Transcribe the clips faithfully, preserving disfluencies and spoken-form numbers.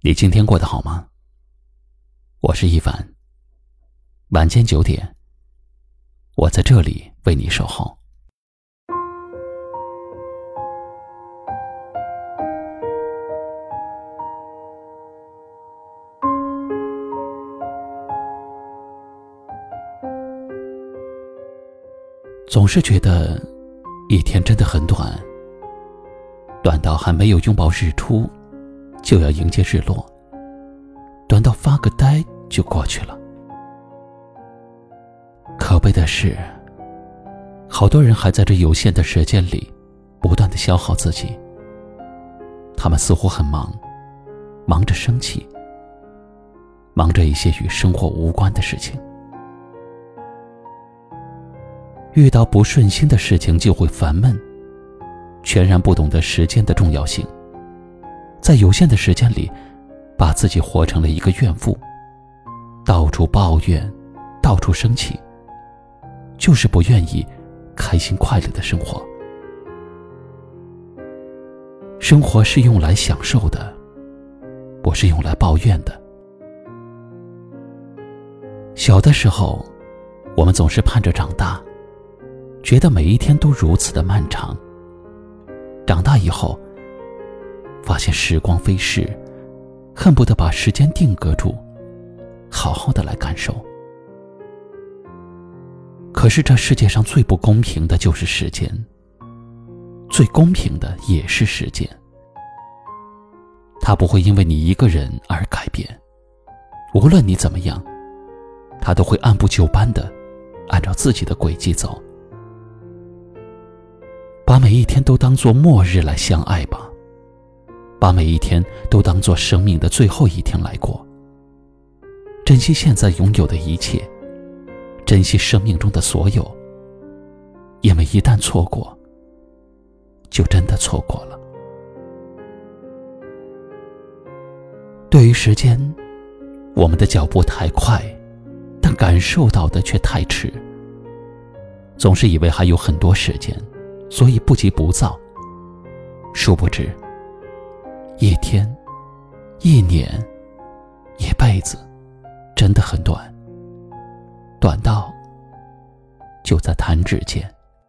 你今天过得好吗？我是一凡，晚间九点，我在这里为你守候。总是觉得一天真的很短，短到还没有拥抱日出就要迎接日落，短到发个呆就过去了。可悲的是，好多人还在这有限的时间里不断地消耗自己。他们似乎很忙，忙着生气，忙着一些与生活无关的事情。遇到不顺心的事情就会烦闷，全然不懂得时间的重要性，在有限的时间里把自己活成了一个怨妇，到处抱怨，到处生气，就是不愿意开心快乐的生活。生活是用来享受的，不是用来抱怨的。小的时候，我们总是盼着长大，觉得每一天都如此的漫长。长大以后，发现时光飞逝，恨不得把时间定格住，好好的来感受。可是这世界上最不公平的就是时间，最公平的也是时间。它不会因为你一个人而改变，无论你怎么样，它都会按部就班的按照自己的轨迹走。把每一天都当作末日来相爱吧，把每一天都当作生命的最后一天来过。珍惜现在拥有的一切，珍惜生命中的所有，因为一旦错过，就真的错过了。对于时间，我们的脚步太快，但感受到的却太迟。总是以为还有很多时间，所以不急不躁，殊不知一天、一年、一辈子真的很短，短到就在弹指间。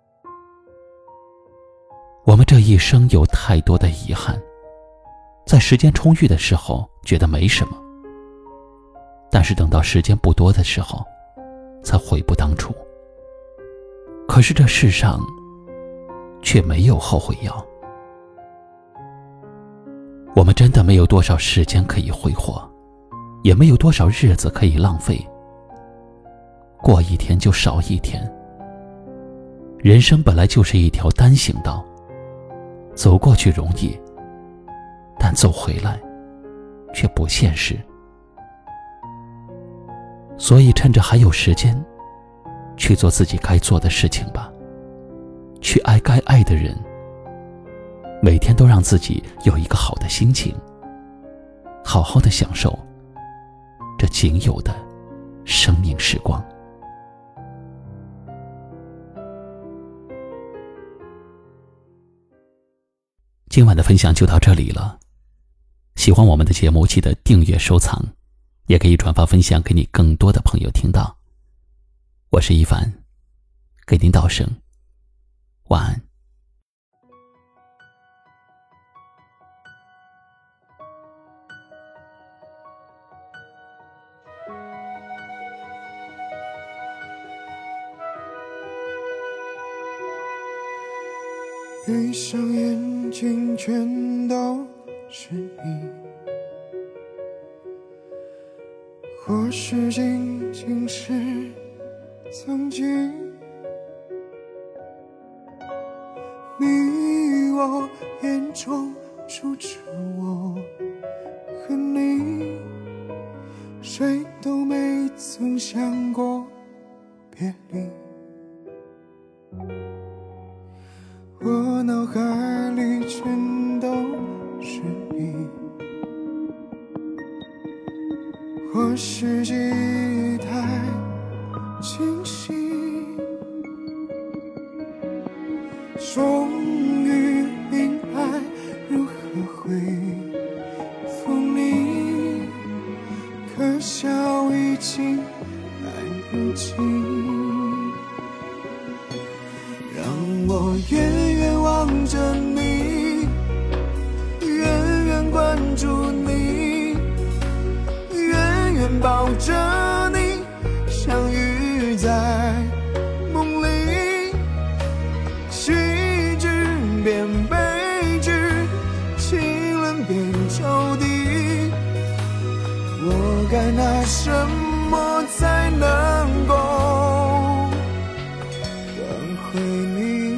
我们这一生有太多的遗憾，在时间充裕的时候觉得没什么，但是等到时间不多的时候才悔不当初。可是这世上却没有后悔药。我们真的没有多少时间可以挥霍，也没有多少日子可以浪费，过一天就少一天。人生本来就是一条单行道，走过去容易，但走回来却不现实。所以趁着还有时间，去做自己该做的事情吧，去爱该爱的人，每天都让自己有一个好的心情，好好的享受这仅有的生命时光。今晚的分享就到这里了，喜欢我们的节目记得订阅收藏，也可以转发分享给你更多的朋友听到。我是一凡，给您道声晚安。 闭上眼睛全都是你，或许仅仅是曾经，你我眼中住着我和你，谁都没曾想过别离。我脑海里全都是你，或许记忆太清晰，终于明白如何恢复你。 笑已经来不及，让我远远望着你，远远关注你，远远抱着你，相遇在梦里。喜剧变悲剧，情人变仇敌，我该拿什么才能够挽回你？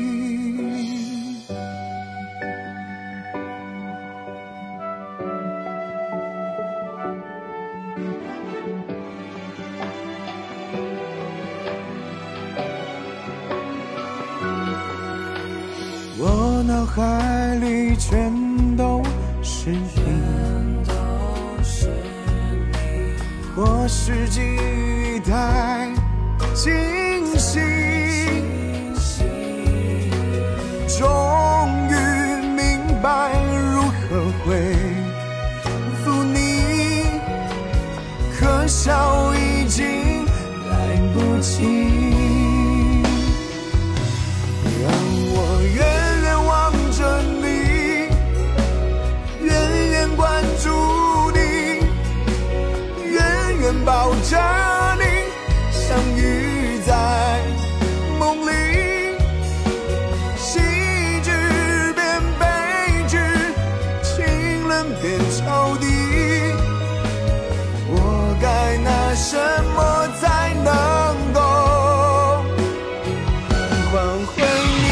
我脑海里全都是你，或是记忆太清晰，终于明白如何回复你，可笑已经来不及，让我远远望着你，远远关注你，远远抱着你，相遇在梦里。喜剧变悲剧，情人变仇敌，我该拿什么才能够挽回你？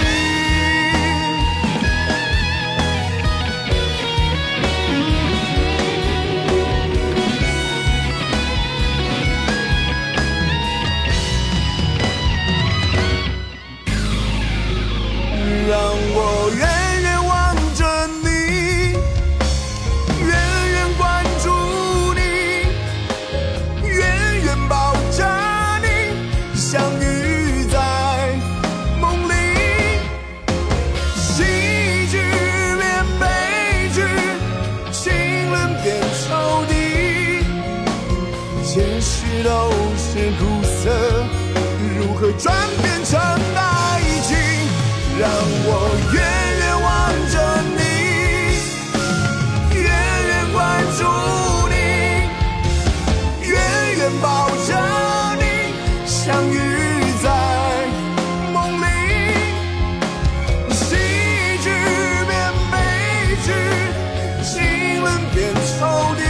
让我远远望着你，远远关注你，远远抱着你，相遇在梦里。喜剧变悲剧，情人变仇敌，现实都是苦涩，如何转变成爱情？让我远远望着你，远远关注你，远远抱着你，相遇在梦里。喜剧变悲剧，情人变仇敌，